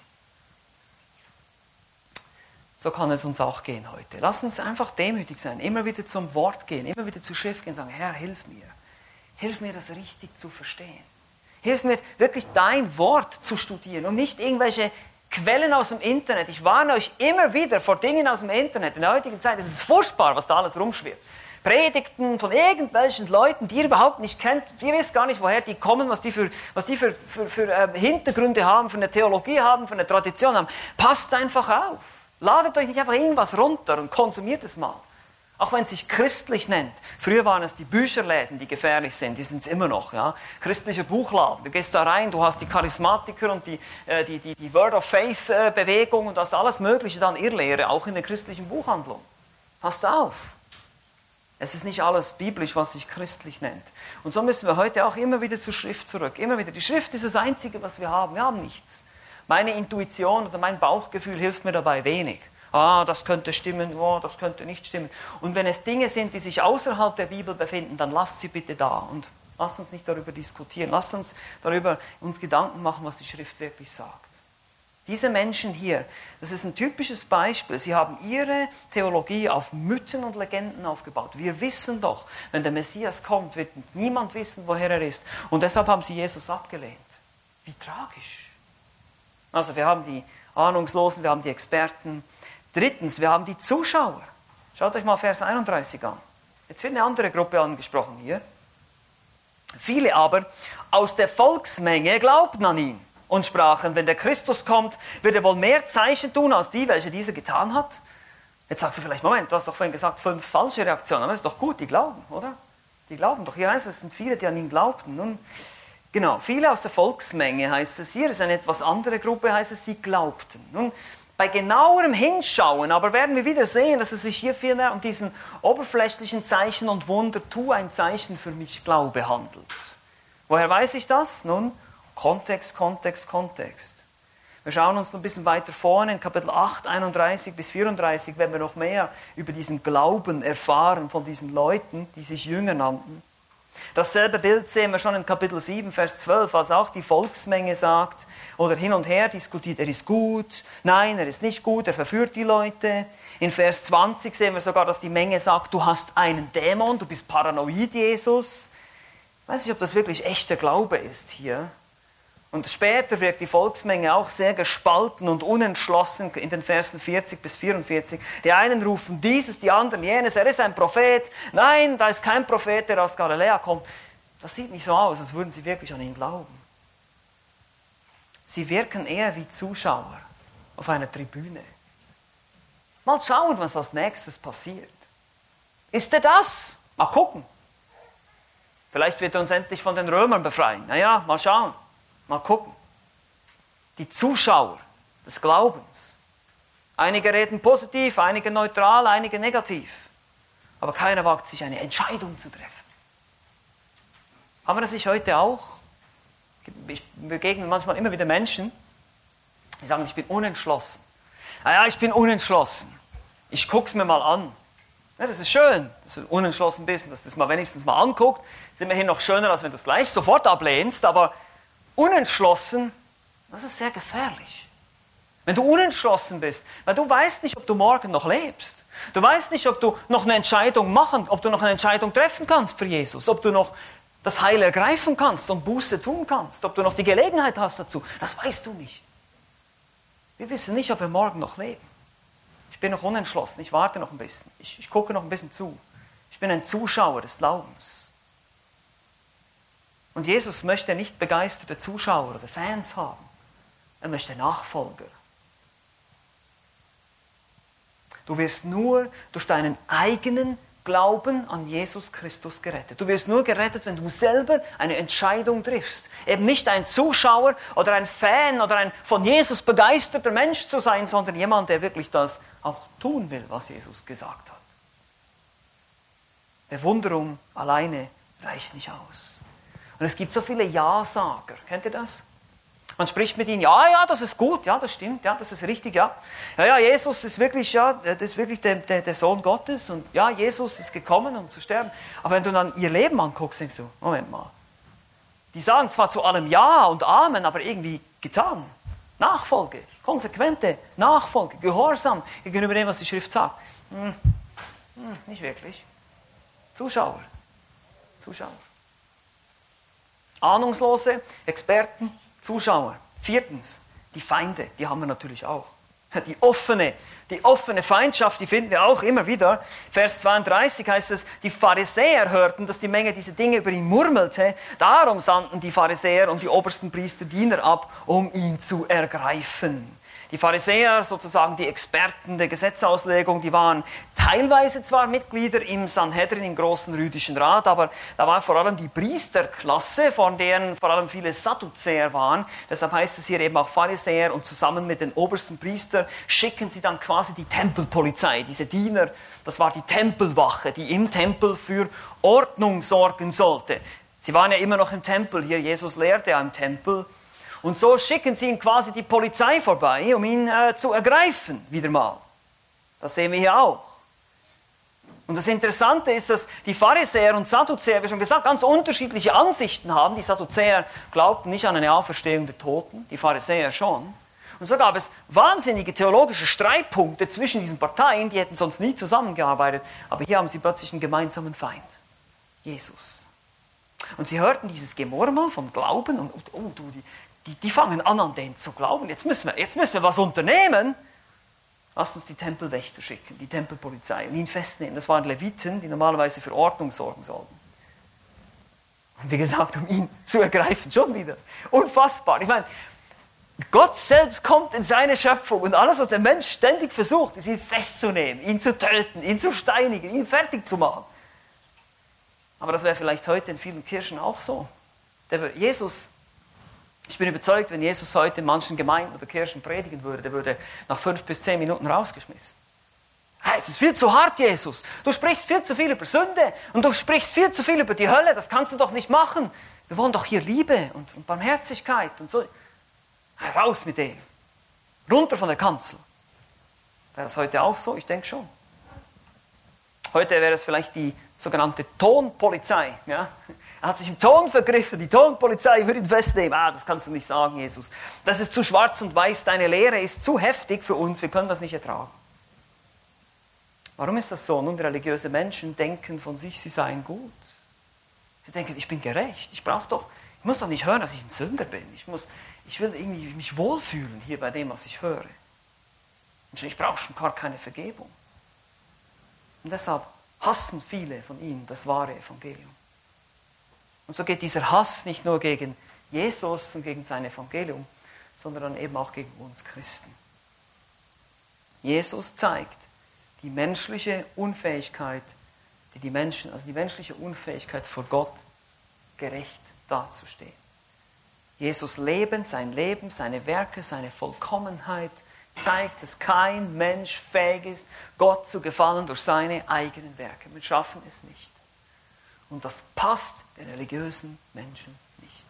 So kann es uns auch gehen heute. Lass uns einfach demütig sein, immer wieder zum Wort gehen, immer wieder zur Schrift gehen und sagen, Herr, hilf mir. Hilf mir, das richtig zu verstehen. Hilf mir, wirklich dein Wort zu studieren und nicht irgendwelche Quellen aus dem Internet. Ich warne euch immer wieder vor Dingen aus dem Internet. In der heutigen Zeit ist es furchtbar, was da alles rumschwirrt. Predigten von irgendwelchen Leuten, die ihr überhaupt nicht kennt. Ihr wisst gar nicht, woher die kommen, was die für Hintergründe haben, für eine Theologie haben, für eine Tradition haben. Passt einfach auf. Ladet euch nicht einfach irgendwas runter und konsumiert es mal. Auch wenn es sich christlich nennt. Früher waren es die Bücherläden, die gefährlich sind. Die sind es immer noch. Ja? Christlicher Buchladen. Du gehst da rein, du hast die Charismatiker und die Word of Faith Bewegung und du hast alles Mögliche dann Irrlehre, auch in der christlichen Buchhandlung. Passt auf. Es ist nicht alles biblisch, was sich christlich nennt. Und so müssen wir heute auch immer wieder zur Schrift zurück. Immer wieder. Die Schrift ist das Einzige, was wir haben. Wir haben nichts. Meine Intuition oder mein Bauchgefühl hilft mir dabei wenig. Das könnte stimmen, das könnte nicht stimmen. Und wenn es Dinge sind, die sich außerhalb der Bibel befinden, dann lasst sie bitte da und lasst uns nicht darüber diskutieren. Lasst uns darüber uns Gedanken machen, was die Schrift wirklich sagt. Diese Menschen hier, das ist ein typisches Beispiel. Sie haben ihre Theologie auf Mythen und Legenden aufgebaut. Wir wissen doch, wenn der Messias kommt, wird niemand wissen, woher er ist. Und deshalb haben sie Jesus abgelehnt. Wie tragisch. Also wir haben die Ahnungslosen, wir haben die Experten. Drittens, wir haben die Zuschauer. Schaut euch mal Vers 31 an. Jetzt wird eine andere Gruppe angesprochen hier. Viele aber aus der Volksmenge glaubten an ihn und sprachen, wenn der Christus kommt, wird er wohl mehr Zeichen tun als die, welche dieser getan hat. Jetzt sagst du vielleicht, Moment, du hast doch vorhin gesagt, 5 falsche Reaktionen. Aber das ist doch gut, die glauben, oder? Die glauben doch. Hier heißt es, es sind viele, die an ihn glaubten. Nun, genau, viele aus der Volksmenge heißt es hier, es ist eine etwas andere Gruppe, heißt es, sie glaubten. Nun, bei genauerem Hinschauen aber werden wir wieder sehen, dass es sich hier vielmehr um diesen oberflächlichen Zeichen und Wunder, tu ein Zeichen für mich, Glaube handelt. Woher weiß ich das? Nun, Kontext, Kontext, Kontext. Wir schauen uns noch ein bisschen weiter vorne, in Kapitel 8, 31 bis 34, wenn wir noch mehr über diesen Glauben erfahren von diesen Leuten, die sich Jünger nannten. Dasselbe Bild sehen wir schon in Kapitel 7, Vers 12, als auch die Volksmenge sagt oder hin und her diskutiert, er ist gut, nein, er ist nicht gut, er verführt die Leute. In Vers 20 sehen wir sogar, dass die Menge sagt, du hast einen Dämon, du bist paranoid, Jesus. Ich weiß nicht, ob das wirklich echter Glaube ist hier. Und später wirkt die Volksmenge auch sehr gespalten und unentschlossen in den Versen 40 bis 44. Die einen rufen dieses, die anderen jenes, er ist ein Prophet. Nein, da ist kein Prophet, der aus Galiläa kommt. Das sieht nicht so aus, als würden sie wirklich an ihn glauben. Sie wirken eher wie Zuschauer auf einer Tribüne. Mal schauen, was als nächstes passiert. Ist er das? Mal gucken. Vielleicht wird er uns endlich von den Römern befreien. Naja, mal schauen. Mal gucken. Die Zuschauer des Glaubens. Einige reden positiv, einige neutral, einige negativ. Aber keiner wagt sich eine Entscheidung zu treffen. Haben wir das nicht heute auch? Wir begegnen manchmal immer wieder Menschen, die sagen, ich bin unentschlossen. Naja, ich bin unentschlossen. Ich gucke es mir mal an. Ja, das ist schön, dass du unentschlossen bist und dass du es mal wenigstens mal anguckst. Das ist immerhin noch schöner, als wenn du es gleich sofort ablehnst, aber unentschlossen, das ist sehr gefährlich. Wenn du unentschlossen bist, weil du weißt nicht, ob du morgen noch lebst. Du weißt nicht, ob du noch eine Entscheidung treffen kannst für Jesus, ob du noch das Heil ergreifen kannst und Buße tun kannst, ob du noch die Gelegenheit hast dazu. Das weißt du nicht. Wir wissen nicht, ob wir morgen noch leben. Ich bin noch unentschlossen, ich warte noch ein bisschen, ich gucke noch ein bisschen zu. Ich bin ein Zuschauer des Glaubens. Und Jesus möchte nicht begeisterte Zuschauer oder Fans haben. Er möchte Nachfolger. Du wirst nur durch deinen eigenen Glauben an Jesus Christus gerettet. Du wirst nur gerettet, wenn du selber eine Entscheidung triffst. Eben nicht ein Zuschauer oder ein Fan oder ein von Jesus begeisterter Mensch zu sein, sondern jemand, der wirklich das auch tun will, was Jesus gesagt hat. Bewunderung alleine reicht nicht aus. Und es gibt so viele Ja-Sager. Kennt ihr das? Man spricht mit ihnen, ja, das ist gut, ja, das stimmt, ja, das ist richtig, ja. Ja, Jesus ist wirklich, das ist wirklich der Sohn Gottes und ja, Jesus ist gekommen, um zu sterben. Aber wenn du dann ihr Leben anguckst, denkst du, Moment mal. Die sagen zwar zu allem Ja und Amen, aber irgendwie getan. Nachfolge, konsequente Nachfolge, Gehorsam gegenüber dem, was die Schrift sagt. Nicht wirklich. Zuschauer. Ahnungslose, Experten, Zuschauer. 4. Die Feinde, die haben wir natürlich auch. Die offene Feindschaft, die finden wir auch immer wieder. Vers 32 heißt es, die Pharisäer hörten, dass die Menge diese Dinge über ihn murmelte. Darum sandten die Pharisäer und die obersten Priester Diener ab, um ihn zu ergreifen. Die Pharisäer, sozusagen die Experten der Gesetzauslegung, die waren teilweise zwar Mitglieder im Sanhedrin, im großen jüdischen Rat, aber da war vor allem die Priesterklasse, von deren vor allem viele Sadduzäer waren. Deshalb heißt es hier eben auch Pharisäer, und zusammen mit den obersten Priestern schicken sie dann quasi die Tempelpolizei, diese Diener. Das war die Tempelwache, die im Tempel für Ordnung sorgen sollte. Sie waren ja immer noch im Tempel, hier Jesus lehrte ja im Tempel. Und so schicken sie ihn quasi die Polizei vorbei, um ihn zu ergreifen, wieder mal. Das sehen wir hier auch. Und das Interessante ist, dass die Pharisäer und Sadduzäer, wie schon gesagt, ganz unterschiedliche Ansichten haben. Die Sadduzäer glaubten nicht an eine Auferstehung der Toten, die Pharisäer schon. Und so gab es wahnsinnige theologische Streitpunkte zwischen diesen Parteien, die hätten sonst nie zusammengearbeitet. Aber hier haben sie plötzlich einen gemeinsamen Feind, Jesus. Und sie hörten dieses Gemurmel von Glauben und die fangen an den zu glauben. Jetzt müssen wir was unternehmen. Lasst uns die Tempelwächter schicken, die Tempelpolizei, und ihn festnehmen. Das waren Leviten, die normalerweise für Ordnung sorgen sollten. Und wie gesagt, um ihn zu ergreifen, schon wieder. Unfassbar. Ich meine, Gott selbst kommt in seine Schöpfung und alles, was der Mensch ständig versucht, ist, ihn festzunehmen, ihn zu töten, ihn zu steinigen, ihn fertig zu machen. Aber das wäre vielleicht heute in vielen Kirchen auch so. Ich bin überzeugt, wenn Jesus heute in manchen Gemeinden oder Kirchen predigen würde, der würde nach 5 bis 10 Minuten rausgeschmissen. Hey, es ist viel zu hart, Jesus. Du sprichst viel zu viel über Sünde und du sprichst viel zu viel über die Hölle. Das kannst du doch nicht machen. Wir wollen doch hier Liebe und Barmherzigkeit und so. Hey, raus mit dem. Runter von der Kanzel. Wäre das heute auch so? Ich denke schon. Heute wäre es vielleicht die sogenannte Tonpolizei. Ja? Er hat sich im Ton vergriffen, die Tonpolizei würde ihn festnehmen. Das kannst du nicht sagen, Jesus. Das ist zu schwarz und weiß, deine Lehre ist zu heftig für uns, wir können das nicht ertragen. Warum ist das so? Nun, religiöse Menschen denken von sich, sie seien gut. Sie denken, ich bin gerecht, ich muss doch nicht hören, dass ich ein Sünder bin. Ich will irgendwie mich wohlfühlen hier bei dem, was ich höre. Und ich brauche schon gar keine Vergebung. Und deshalb hassen viele von ihnen das wahre Evangelium. Und so geht dieser Hass nicht nur gegen Jesus und gegen sein Evangelium, sondern eben auch gegen uns Christen. Jesus zeigt die menschliche Unfähigkeit, die menschliche Unfähigkeit vor Gott gerecht dazustehen. Jesus Leben, seine Werke, seine Vollkommenheit zeigt, dass kein Mensch fähig ist, Gott zu gefallen durch seine eigenen Werke. Wir schaffen es nicht. Und das passt den religiösen Menschen nicht.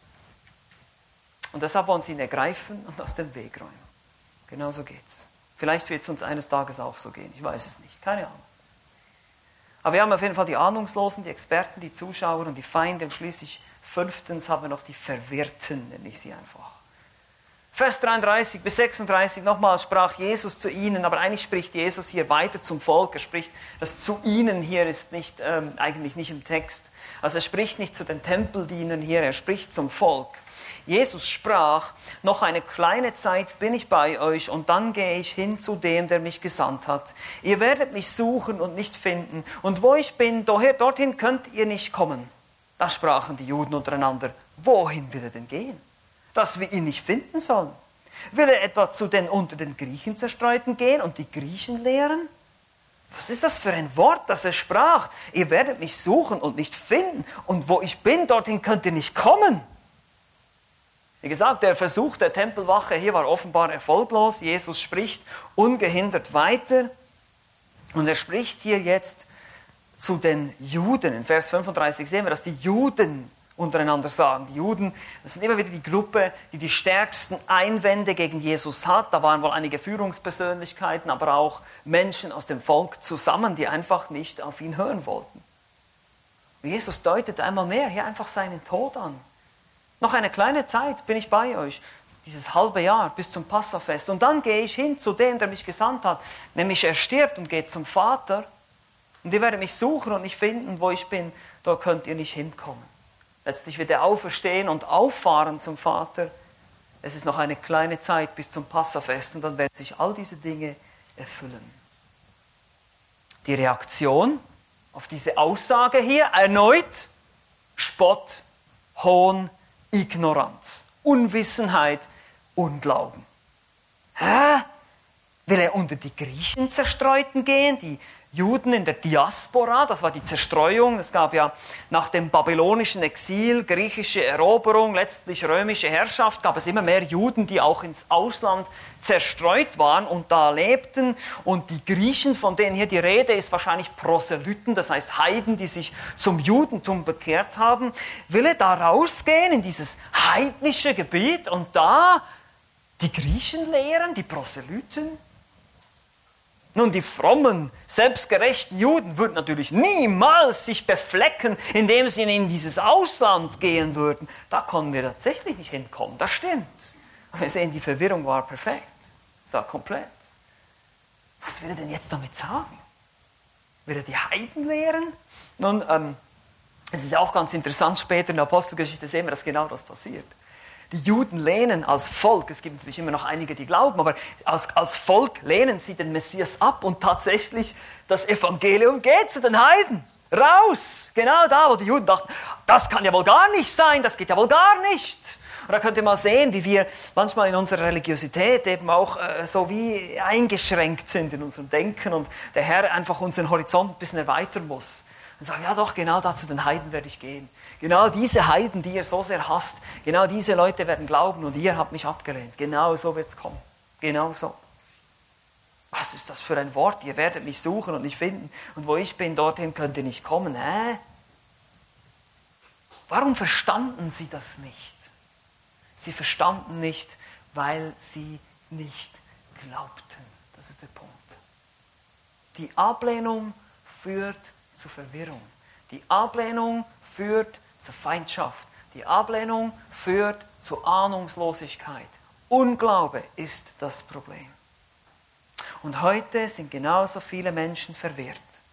Und deshalb wollen sie ihn ergreifen und aus dem Weg räumen. Genau so geht's. Vielleicht wird es uns eines Tages auch so gehen. Ich weiß es nicht. Keine Ahnung. Aber wir haben auf jeden Fall die Ahnungslosen, die Experten, die Zuschauer und die Feinde. Und schließlich 5. haben wir noch die Verwirrten, nenne ich sie einfach. Vers 33 bis 36, nochmal sprach Jesus zu ihnen, aber eigentlich spricht Jesus hier weiter zum Volk. Er spricht, das zu ihnen hier ist nicht, eigentlich nicht im Text. Also er spricht nicht zu den Tempeldienern hier, er spricht zum Volk. Jesus sprach, noch eine kleine Zeit bin ich bei euch und dann gehe ich hin zu dem, der mich gesandt hat. Ihr werdet mich suchen und nicht finden und wo ich bin, dorthin könnt ihr nicht kommen. Da sprachen die Juden untereinander, wohin will er denn gehen? Dass wir ihn nicht finden sollen. Will er etwa zu den unter den Griechen Zerstreuten gehen und die Griechen lehren? Was ist das für ein Wort, das er sprach? Ihr werdet mich suchen und nicht finden und wo ich bin, dorthin könnt ihr nicht kommen. Wie gesagt, der Versuch der Tempelwache hier war offenbar erfolglos. Jesus spricht ungehindert weiter und er spricht hier jetzt zu den Juden. In Vers 35 sehen wir, dass die Juden untereinander sagen. Die Juden, das sind immer wieder die Gruppe, die die stärksten Einwände gegen Jesus hat. Da waren wohl einige Führungspersönlichkeiten, aber auch Menschen aus dem Volk zusammen, die einfach nicht auf ihn hören wollten. Und Jesus deutet einmal mehr hier einfach seinen Tod an. Noch eine kleine Zeit bin ich bei euch, dieses halbe Jahr bis zum Passafest. Und dann gehe ich hin zu dem, der mich gesandt hat. Nämlich er stirbt und geht zum Vater. Und ihr werdet mich suchen und nicht finden, wo ich bin. Dort könnt ihr nicht hinkommen. Letztlich wird er auferstehen und auffahren zum Vater. es ist noch eine kleine Zeit bis zum Passafest und dann werden sich all diese Dinge erfüllen. Die Reaktion auf diese Aussage hier erneut Spott, Hohn, Ignoranz, Unwissenheit, Unglauben. Hä? Will er unter die Griechen Zerstreuten gehen, die Juden in der Diaspora, das war die Zerstreuung. Es gab ja nach dem babylonischen Exil, griechische Eroberung, letztlich römische Herrschaft, gab es immer mehr Juden, die auch ins Ausland zerstreut waren und da lebten. Und die Griechen, von denen hier die Rede ist, wahrscheinlich Proselyten, das heißt Heiden, die sich zum Judentum bekehrt haben. Will er da rausgehen in dieses heidnische Gebiet und da die Griechen lehren, die Proselyten? Nun, die frommen, selbstgerechten Juden würden natürlich niemals sich beflecken, indem sie in dieses Ausland gehen würden. Da konnten wir tatsächlich nicht hinkommen, das stimmt. Und wir sehen, die Verwirrung war perfekt, es war komplett. Was will er denn jetzt damit sagen? Will er die Heiden lehren? Nun, es ist ja auch ganz interessant, später in der Apostelgeschichte sehen wir, dass genau das passiert. Die Juden lehnen als Volk, es gibt natürlich immer noch einige, die glauben, aber als Volk lehnen sie den Messias ab und tatsächlich das Evangelium geht zu den Heiden. Raus! Genau da, wo die Juden dachten, das kann ja wohl gar nicht sein, das geht ja wohl gar nicht. Und da könnt ihr mal sehen, wie wir manchmal in unserer Religiosität eben auch so wie eingeschränkt sind in unserem Denken und der Herr einfach unseren Horizont ein bisschen erweitern muss. Und sagen, ja doch, genau da zu den Heiden werde ich gehen. Genau diese Heiden, die ihr so sehr hasst, genau diese Leute werden glauben und ihr habt mich abgelehnt. Genau so wird es kommen. Genau so. Was ist das für ein Wort? Ihr werdet mich suchen und nicht finden. Und wo ich bin, dorthin könnt ihr nicht kommen. Hä? Warum verstanden sie das nicht? Sie verstanden nicht, weil sie nicht glaubten. Das ist der Punkt. Die Ablehnung führt zu Verwirrung. Die Ablehnung führt zur Feindschaft. Die Ablehnung führt zu Ahnungslosigkeit. Unglaube ist das Problem. Und heute sind genauso viele Menschen verwirrt.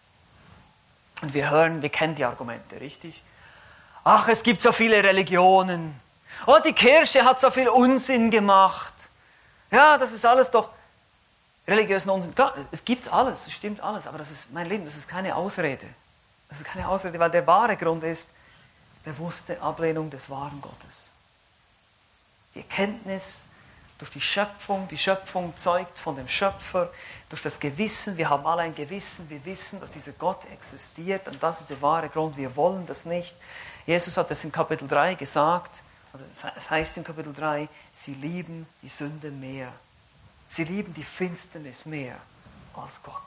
Und wir kennen die Argumente, richtig? Ach, es gibt so viele Religionen. Oh, die Kirche hat so viel Unsinn gemacht. Ja, das ist alles doch religiösen Unsinn. Klar, es gibt alles, es stimmt alles, aber das ist, mein Lieben, das ist keine Ausrede. Das ist keine Ausrede, weil der wahre Grund ist bewusste Ablehnung des wahren Gottes. Die Erkenntnis durch die Schöpfung zeugt von dem Schöpfer, durch das Gewissen, wir haben alle ein Gewissen, wir wissen, dass dieser Gott existiert und das ist der wahre Grund, wir wollen das nicht. Jesus hat es in Kapitel 3 gesagt, es heißt in Kapitel 3, sie lieben die Sünde mehr. Sie lieben die Finsternis mehr als Gott.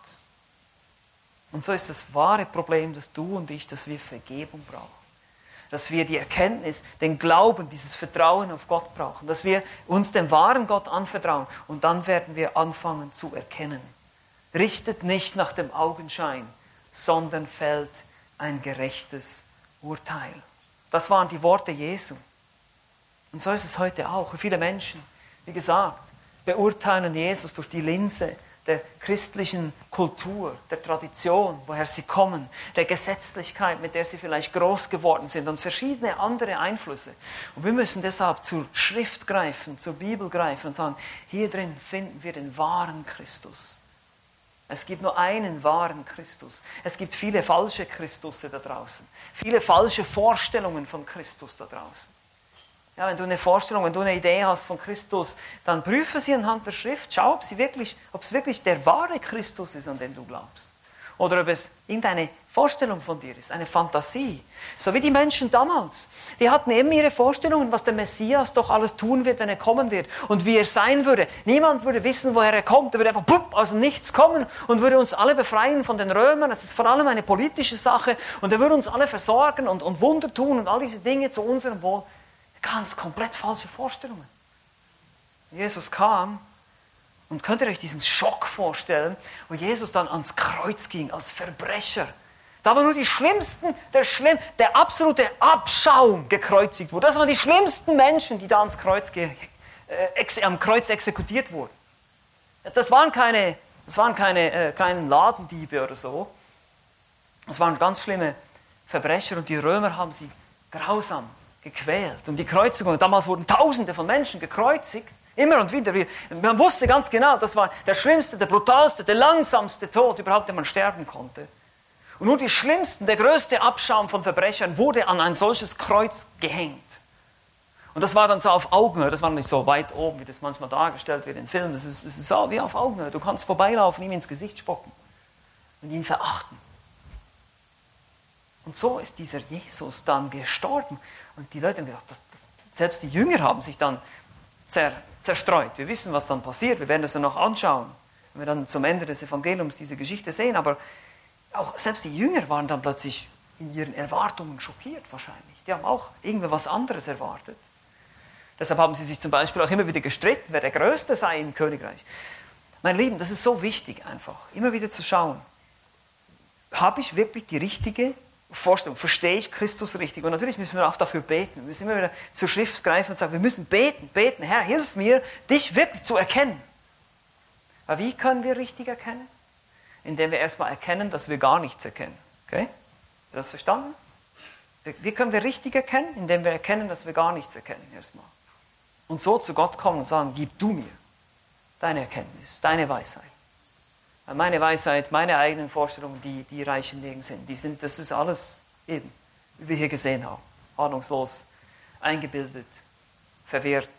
Und so ist das wahre Problem, dass du und ich, dass wir Vergebung brauchen. Dass wir die Erkenntnis, den Glauben, dieses Vertrauen auf Gott brauchen. Dass wir uns dem wahren Gott anvertrauen. Und dann werden wir anfangen zu erkennen. Richtet nicht nach dem Augenschein, sondern fällt ein gerechtes Urteil. Das waren die Worte Jesu. Und so ist es heute auch. Viele Menschen, wie gesagt, beurteilen Jesus durch die Linse der christlichen Kultur, der Tradition, woher sie kommen, der Gesetzlichkeit, mit der sie vielleicht groß geworden sind und verschiedene andere Einflüsse. Und wir müssen deshalb zur Schrift greifen, zur Bibel greifen und sagen, hier drin finden wir den wahren Christus. Es gibt nur einen wahren Christus. Es gibt viele falsche Christusse da draußen, viele falsche Vorstellungen von Christus da draußen. Ja, wenn du eine Vorstellung, wenn du eine Idee hast von Christus, dann prüfe sie anhand der Schrift. Schau, ob es wirklich der wahre Christus ist, an den du glaubst. Oder ob es irgendeine Vorstellung von dir ist, eine Fantasie. So wie die Menschen damals. Die hatten eben ihre Vorstellungen, was der Messias doch alles tun wird, wenn er kommen wird. Und wie er sein würde. Niemand würde wissen, woher er kommt. Er würde einfach aus dem Nichts kommen und würde uns alle befreien von den Römern. Das ist vor allem eine politische Sache. Und er würde uns alle versorgen und Wunder tun und all diese Dinge zu unserem Wohl. Ganz komplett falsche Vorstellungen. Jesus kam und könnt ihr euch diesen Schock vorstellen, wo Jesus dann ans Kreuz ging als Verbrecher. Da war nur die Schlimmsten, der absolute Abschaum gekreuzigt wurde. Das waren die schlimmsten Menschen, die da am Kreuz exekutiert wurden. Das waren keine kleinen Ladendiebe oder so. Das waren ganz schlimme Verbrecher und die Römer haben sie grausam gequält. Und die Kreuzigung, damals wurden Tausende von Menschen gekreuzigt, immer und wieder. Man wusste ganz genau, das war der schlimmste, der brutalste, der langsamste Tod überhaupt, den man sterben konnte. Und nur die schlimmsten, der größte Abschaum von Verbrechern wurde an ein solches Kreuz gehängt. Und das war dann so auf Augenhöhe, das war nicht so weit oben, wie das manchmal dargestellt wird in Filmen. Das ist so wie auf Augenhöhe. Du kannst vorbeilaufen, ihm ins Gesicht spucken und ihn verachten. Und so ist dieser Jesus dann gestorben. Und die Leute haben gedacht, selbst die Jünger haben sich dann zerstreut. Wir wissen, was dann passiert. Wir werden das dann noch anschauen, wenn wir dann zum Ende des Evangeliums diese Geschichte sehen. Aber auch selbst die Jünger waren dann plötzlich in ihren Erwartungen schockiert wahrscheinlich. Die haben auch irgendwas anderes erwartet. Deshalb haben sie sich zum Beispiel auch immer wieder gestritten, wer der Größte sei im Königreich. Meine Lieben, das ist so wichtig einfach, immer wieder zu schauen. Habe ich wirklich die richtige Vorstellung? Verstehe ich Christus richtig? Und natürlich müssen wir auch dafür beten. Wir müssen immer wieder zur Schrift greifen und sagen, wir müssen beten. Herr, hilf mir, dich wirklich zu erkennen. Aber wie können wir richtig erkennen? Indem wir erstmal erkennen, dass wir gar nichts erkennen. Okay? Hast du das verstanden? Wie können wir richtig erkennen? Indem wir erkennen, dass wir gar nichts erkennen erstmal. Und so zu Gott kommen und sagen, gib du mir deine Erkenntnis, deine Weisheit. Weil meine Weisheit, meine eigenen Vorstellungen, die reichen nirgends hin. Das ist alles eben, wie wir hier gesehen haben. Ahnungslos, eingebildet, verwirrt.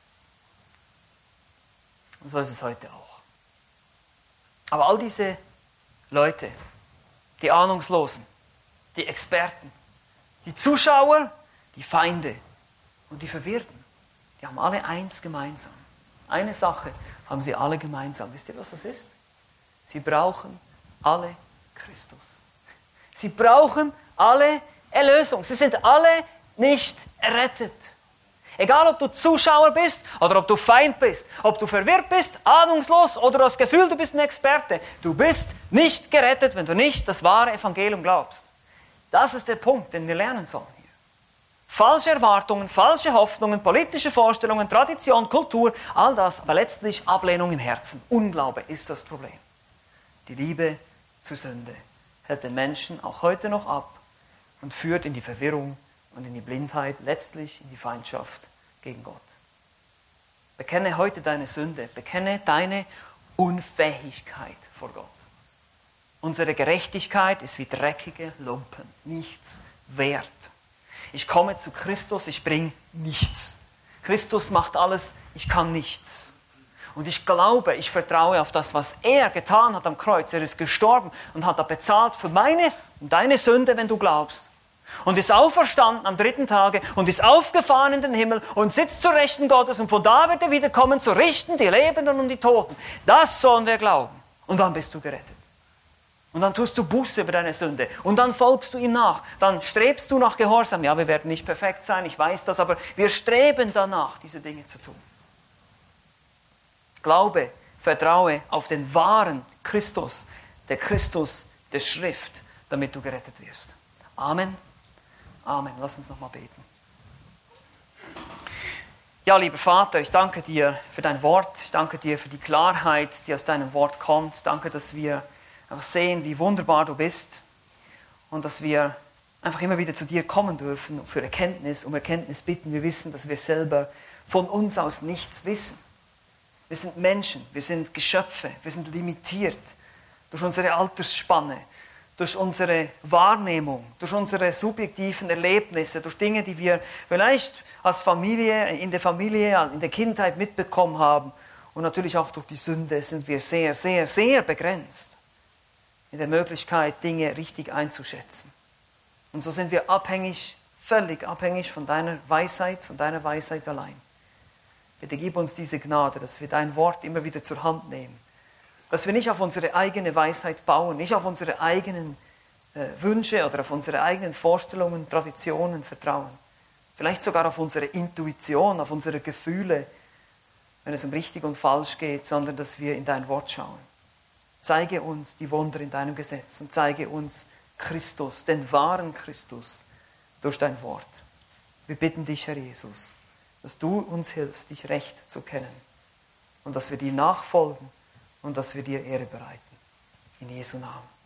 Und so ist es heute auch. Aber all diese Leute, die Ahnungslosen, die Experten, die Zuschauer, die Feinde und die Verwirrten, die haben alle eins gemeinsam. Eine Sache haben sie alle gemeinsam. Wisst ihr, was das ist? Sie brauchen alle Christus. Sie brauchen alle Erlösung. Sie sind alle nicht errettet. Egal, ob du Zuschauer bist oder ob du Feind bist, ob du verwirrt bist, ahnungslos oder das Gefühl, du bist ein Experte. Du bist nicht gerettet, wenn du nicht das wahre Evangelium glaubst. Das ist der Punkt, den wir lernen sollen hier. Falsche Erwartungen, falsche Hoffnungen, politische Vorstellungen, Tradition, Kultur, all das, aber letztlich Ablehnung im Herzen. Unglaube ist das Problem. Die Liebe zur Sünde hält den Menschen auch heute noch ab und führt in die Verwirrung und in die Blindheit, letztlich in die Feindschaft gegen Gott. Bekenne heute deine Sünde, bekenne deine Unfähigkeit vor Gott. Unsere Gerechtigkeit ist wie dreckige Lumpen, nichts wert. Ich komme zu Christus, ich bringe nichts. Christus macht alles, ich kann nichts. Und ich glaube, ich vertraue auf das, was er getan hat am Kreuz. Er ist gestorben und hat da bezahlt für meine und deine Sünde, wenn du glaubst. Und ist auferstanden am 3. Tage und ist aufgefahren in den Himmel und sitzt zur Rechten Gottes und von da wird er wiederkommen, zu richten die Lebenden und die Toten. Das sollen wir glauben. Und dann bist du gerettet. Und dann tust du Buße über deine Sünde. Und dann folgst du ihm nach. Dann strebst du nach Gehorsam. Ja, wir werden nicht perfekt sein, ich weiß das, aber wir streben danach, diese Dinge zu tun. Glaube, vertraue auf den wahren Christus, der Christus der Schrift, damit du gerettet wirst. Amen. Amen. Lass uns nochmal beten. Ja, lieber Vater, ich danke dir für dein Wort. Ich danke dir für die Klarheit, die aus deinem Wort kommt. Danke, dass wir einfach sehen, wie wunderbar du bist und dass wir einfach immer wieder zu dir kommen dürfen für Erkenntnis, um Erkenntnis bitten. Wir wissen, dass wir selber von uns aus nichts wissen. Wir sind Menschen, wir sind Geschöpfe, wir sind limitiert durch unsere Altersspanne, durch unsere Wahrnehmung, durch unsere subjektiven Erlebnisse, durch Dinge, die wir vielleicht als Familie, in der Kindheit mitbekommen haben. Und natürlich auch durch die Sünde sind wir sehr, sehr, sehr begrenzt in der Möglichkeit, Dinge richtig einzuschätzen. Und so sind wir abhängig, völlig abhängig von deiner Weisheit allein. Bitte gib uns diese Gnade, dass wir dein Wort immer wieder zur Hand nehmen. Dass wir nicht auf unsere eigene Weisheit bauen, nicht auf unsere eigenen Wünsche oder auf unsere eigenen Vorstellungen, Traditionen vertrauen. Vielleicht sogar auf unsere Intuition, auf unsere Gefühle, wenn es um richtig und falsch geht, sondern dass wir in dein Wort schauen. Zeige uns die Wunder in deinem Gesetz und zeige uns Christus, den wahren Christus, durch dein Wort. Wir bitten dich, Herr Jesus, dass du uns hilfst, dich recht zu kennen und dass wir dir nachfolgen und dass wir dir Ehre bereiten. In Jesu Namen.